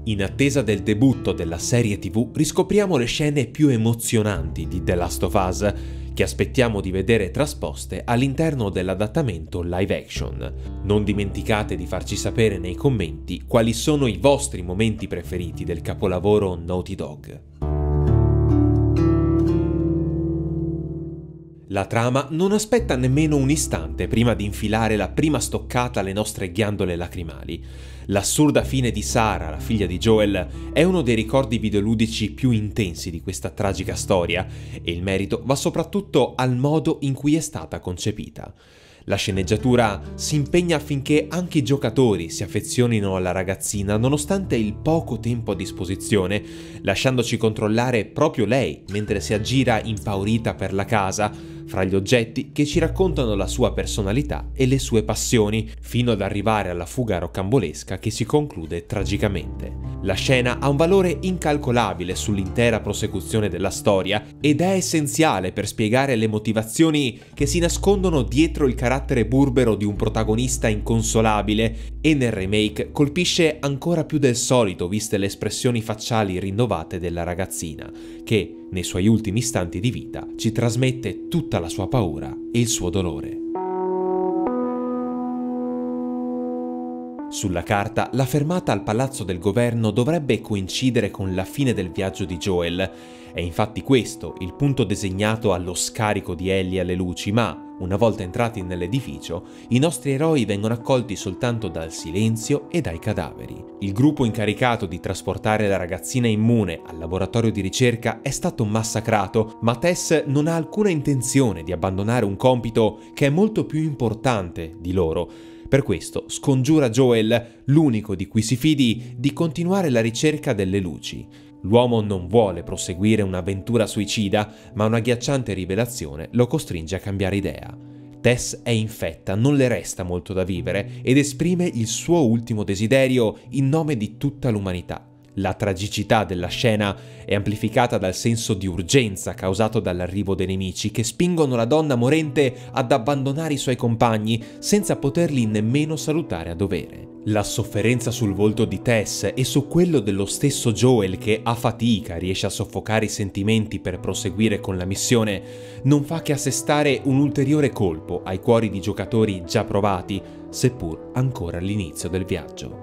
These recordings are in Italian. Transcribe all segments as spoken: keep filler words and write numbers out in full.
In attesa del debutto della serie tivù riscopriamo le scene più emozionanti di The Last of Us, che aspettiamo di vedere trasposte all'interno dell'adattamento live action. Non dimenticate di farci sapere nei commenti quali sono i vostri momenti preferiti del capolavoro Naughty Dog. La trama non aspetta nemmeno un istante prima di infilare la prima stoccata alle nostre ghiandole lacrimali. L'assurda fine di Sarah, la figlia di Joel, è uno dei ricordi videoludici più intensi di questa tragica storia, e il merito va soprattutto al modo in cui è stata concepita. La sceneggiatura si impegna affinché anche i giocatori si affezionino alla ragazzina nonostante il poco tempo a disposizione, lasciandoci controllare proprio lei mentre si aggira impaurita per la casa, fra gli oggetti che ci raccontano la sua personalità e le sue passioni, fino ad arrivare alla fuga rocambolesca che si conclude tragicamente. La scena ha un valore incalcolabile sull'intera prosecuzione della storia ed è essenziale per spiegare le motivazioni che si nascondono dietro il carattere burbero di un protagonista inconsolabile, e nel remake colpisce ancora più del solito viste le espressioni facciali rinnovate della ragazzina, che nei suoi ultimi istanti di vita ci trasmette tutta la sua paura e il suo dolore. Sulla carta, la fermata al palazzo del governo dovrebbe coincidere con la fine del viaggio di Joel. È infatti questo il punto designato allo scarico di Ellie alle luci, ma una volta entrati nell'edificio, i nostri eroi vengono accolti soltanto dal silenzio e dai cadaveri. Il gruppo incaricato di trasportare la ragazzina immune al laboratorio di ricerca è stato massacrato, ma Tess non ha alcuna intenzione di abbandonare un compito che è molto più importante di loro. Per questo scongiura Joel, l'unico di cui si fidi, di continuare la ricerca delle luci. L'uomo non vuole proseguire un'avventura suicida, ma una agghiacciante rivelazione lo costringe a cambiare idea. Tess è infetta, non le resta molto da vivere ed esprime il suo ultimo desiderio in nome di tutta l'umanità. La tragicità della scena è amplificata dal senso di urgenza causato dall'arrivo dei nemici che spingono la donna morente ad abbandonare i suoi compagni senza poterli nemmeno salutare a dovere. La sofferenza sul volto di Tess e su quello dello stesso Joel, che a fatica riesce a soffocare i sentimenti per proseguire con la missione, non fa che assestare un ulteriore colpo ai cuori di giocatori già provati, seppur ancora all'inizio del viaggio.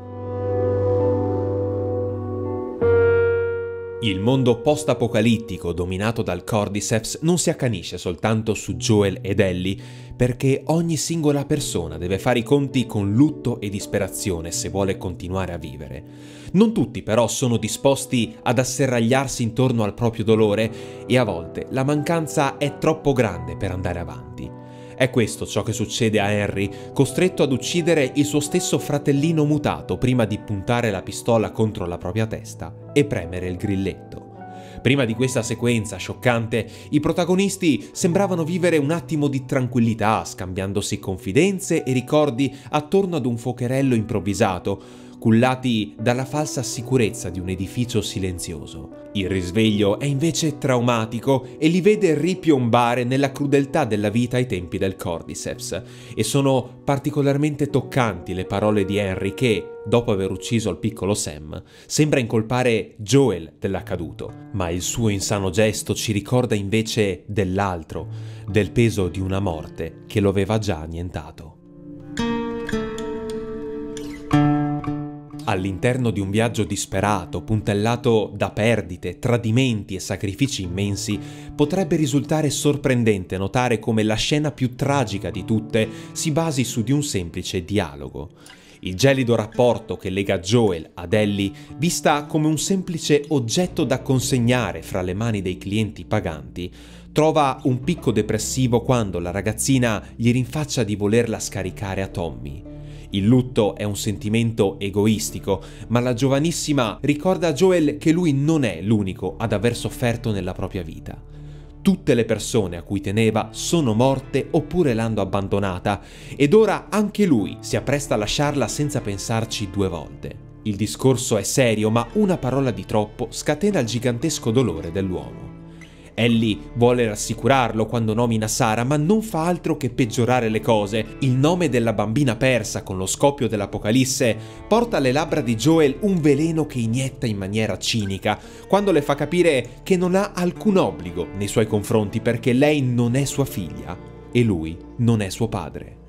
Il mondo post-apocalittico dominato dal Cordyceps non si accanisce soltanto su Joel ed Ellie, perché ogni singola persona deve fare i conti con lutto e disperazione se vuole continuare a vivere. Non tutti però sono disposti ad asserragliarsi intorno al proprio dolore e a volte la mancanza è troppo grande per andare avanti. È questo ciò che succede a Henry, costretto ad uccidere il suo stesso fratellino mutato prima di puntare la pistola contro la propria testa e premere il grilletto. Prima di questa sequenza scioccante, i protagonisti sembravano vivere un attimo di tranquillità, scambiandosi confidenze e ricordi attorno ad un fuocherello improvvisato, cullati dalla falsa sicurezza di un edificio silenzioso. Il risveglio è invece traumatico e li vede ripiombare nella crudeltà della vita ai tempi del Cordyceps, e sono particolarmente toccanti le parole di Henry che, dopo aver ucciso il piccolo Sam, sembra incolpare Joel dell'accaduto, ma il suo insano gesto ci ricorda invece dell'altro, del peso di una morte che lo aveva già annientato. All'interno di un viaggio disperato, puntellato da perdite, tradimenti e sacrifici immensi, potrebbe risultare sorprendente notare come la scena più tragica di tutte si basi su di un semplice dialogo. Il gelido rapporto che lega Joel ad Ellie, vista come un semplice oggetto da consegnare fra le mani dei clienti paganti, trova un picco depressivo quando la ragazzina gli rinfaccia di volerla scaricare a Tommy. Il lutto è un sentimento egoistico, ma la giovanissima ricorda a Joel che lui non è l'unico ad aver sofferto nella propria vita. Tutte le persone a cui teneva sono morte oppure l'hanno abbandonata, ed ora anche lui si appresta a lasciarla senza pensarci due volte. Il discorso è serio, ma una parola di troppo scatena il gigantesco dolore dell'uomo. Ellie vuole rassicurarlo quando nomina Sara, ma non fa altro che peggiorare le cose. Il nome della bambina persa con lo scoppio dell'Apocalisse porta alle labbra di Joel un veleno che inietta in maniera cinica, quando le fa capire che non ha alcun obbligo nei suoi confronti perché lei non è sua figlia e lui non è suo padre.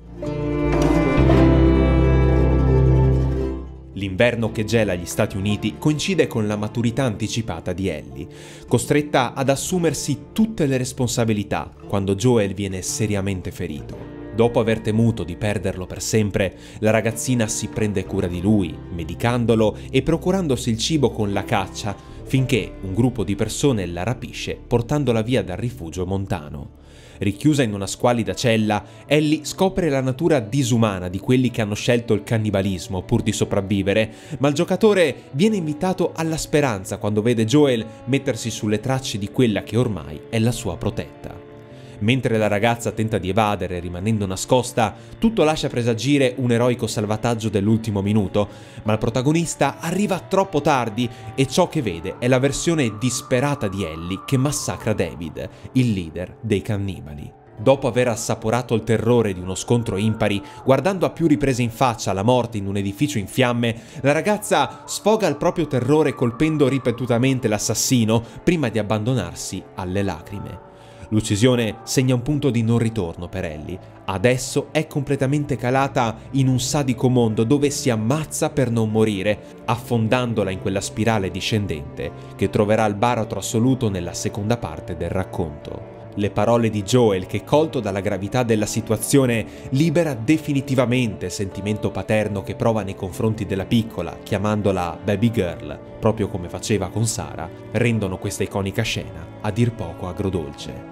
L'inverno che gela gli Stati Uniti coincide con la maturità anticipata di Ellie, costretta ad assumersi tutte le responsabilità quando Joel viene seriamente ferito. Dopo aver temuto di perderlo per sempre, la ragazzina si prende cura di lui, medicandolo e procurandosi il cibo con la caccia, finché un gruppo di persone la rapisce portandola via dal rifugio montano. Richiusa in una squalida cella, Ellie scopre la natura disumana di quelli che hanno scelto il cannibalismo pur di sopravvivere, ma il giocatore viene invitato alla speranza quando vede Joel mettersi sulle tracce di quella che ormai è la sua protetta. Mentre la ragazza tenta di evadere rimanendo nascosta, tutto lascia presagire un eroico salvataggio dell'ultimo minuto, ma il protagonista arriva troppo tardi e ciò che vede è la versione disperata di Ellie che massacra David, il leader dei cannibali. Dopo aver assaporato il terrore di uno scontro impari, guardando a più riprese in faccia la morte in un edificio in fiamme, la ragazza sfoga il proprio terrore colpendo ripetutamente l'assassino prima di abbandonarsi alle lacrime. L'uccisione segna un punto di non ritorno per Ellie. Adesso è completamente calata in un sadico mondo dove si ammazza per non morire, affondandola in quella spirale discendente che troverà il baratro assoluto nella seconda parte del racconto. Le parole di Joel, che colto dalla gravità della situazione libera definitivamente il sentimento paterno che prova nei confronti della piccola, chiamandola baby girl, proprio come faceva con Sara, rendono questa iconica scena a dir poco agrodolce.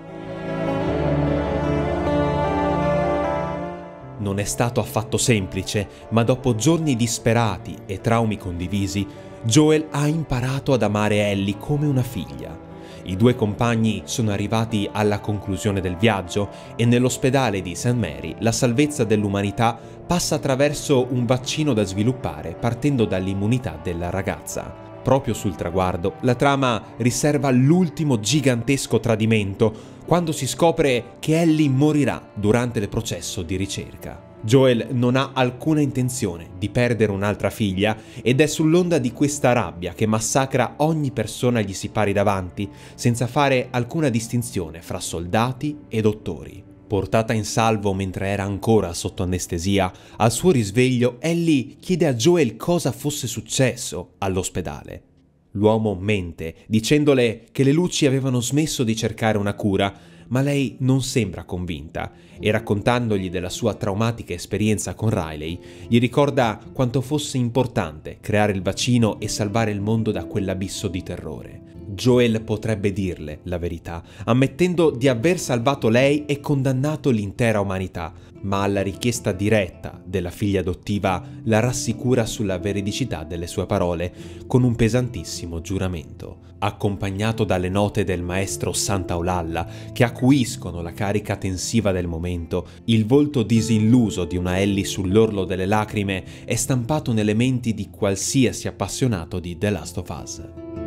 Non è stato affatto semplice, ma dopo giorni disperati e traumi condivisi, Joel ha imparato ad amare Ellie come una figlia. I due compagni sono arrivati alla conclusione del viaggio e nell'ospedale di Saint Mary la salvezza dell'umanità passa attraverso un vaccino da sviluppare partendo dall'immunità della ragazza. Proprio sul traguardo, la trama riserva l'ultimo gigantesco tradimento quando si scopre che Ellie morirà durante il processo di ricerca. Joel non ha alcuna intenzione di perdere un'altra figlia ed è sull'onda di questa rabbia che massacra ogni persona gli si pari davanti, senza fare alcuna distinzione fra soldati e dottori. Portata in salvo mentre era ancora sotto anestesia, al suo risveglio Ellie chiede a Joel cosa fosse successo all'ospedale. L'uomo mente, dicendole che le luci avevano smesso di cercare una cura, ma lei non sembra convinta e raccontandogli della sua traumatica esperienza con Riley, gli ricorda quanto fosse importante creare il vaccino e salvare il mondo da quell'abisso di terrore. Joel potrebbe dirle la verità, ammettendo di aver salvato lei e condannato l'intera umanità, ma alla richiesta diretta della figlia adottiva la rassicura sulla veridicità delle sue parole con un pesantissimo giuramento. Accompagnato dalle note del maestro Santaolalla che acuiscono la carica tensiva del momento, il volto disilluso di una Ellie sull'orlo delle lacrime è stampato nelle menti di qualsiasi appassionato di The Last of Us.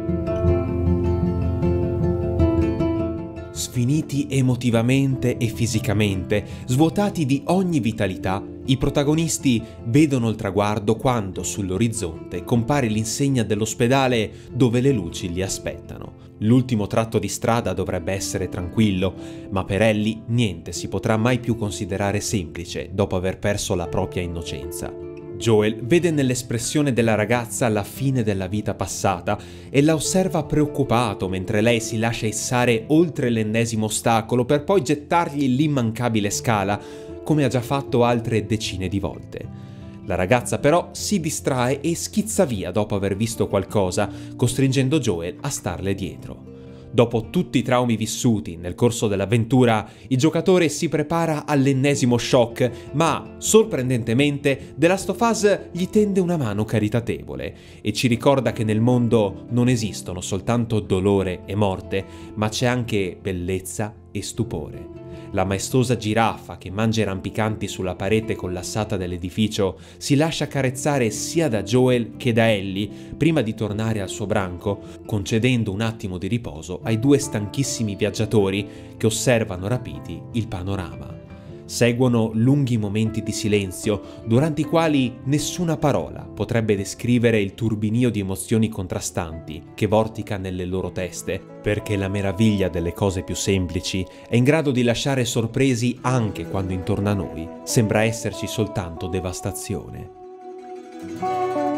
Sfiniti emotivamente e fisicamente, svuotati di ogni vitalità, i protagonisti vedono il traguardo quando sull'orizzonte compare l'insegna dell'ospedale dove le luci li aspettano. L'ultimo tratto di strada dovrebbe essere tranquillo, ma per Ellie niente si potrà mai più considerare semplice dopo aver perso la propria innocenza. Joel vede nell'espressione della ragazza la fine della vita passata e la osserva preoccupato mentre lei si lascia issare oltre l'ennesimo ostacolo per poi gettargli l'immancabile scala, come ha già fatto altre decine di volte. La ragazza però si distrae e schizza via dopo aver visto qualcosa, costringendo Joel a starle dietro. Dopo tutti i traumi vissuti nel corso dell'avventura, il giocatore si prepara all'ennesimo shock, ma, sorprendentemente, The Last of Us gli tende una mano caritatevole e ci ricorda che nel mondo non esistono soltanto dolore e morte, ma c'è anche bellezza e stupore. La maestosa giraffa che mangia i rampicanti sulla parete collassata dell'edificio si lascia carezzare sia da Joel che da Ellie prima di tornare al suo branco, concedendo un attimo di riposo ai due stanchissimi viaggiatori che osservano rapiti il panorama. Seguono lunghi momenti di silenzio, durante i quali nessuna parola potrebbe descrivere il turbinio di emozioni contrastanti che vortica nelle loro teste, perché la meraviglia delle cose più semplici è in grado di lasciare sorpresi anche quando intorno a noi sembra esserci soltanto devastazione.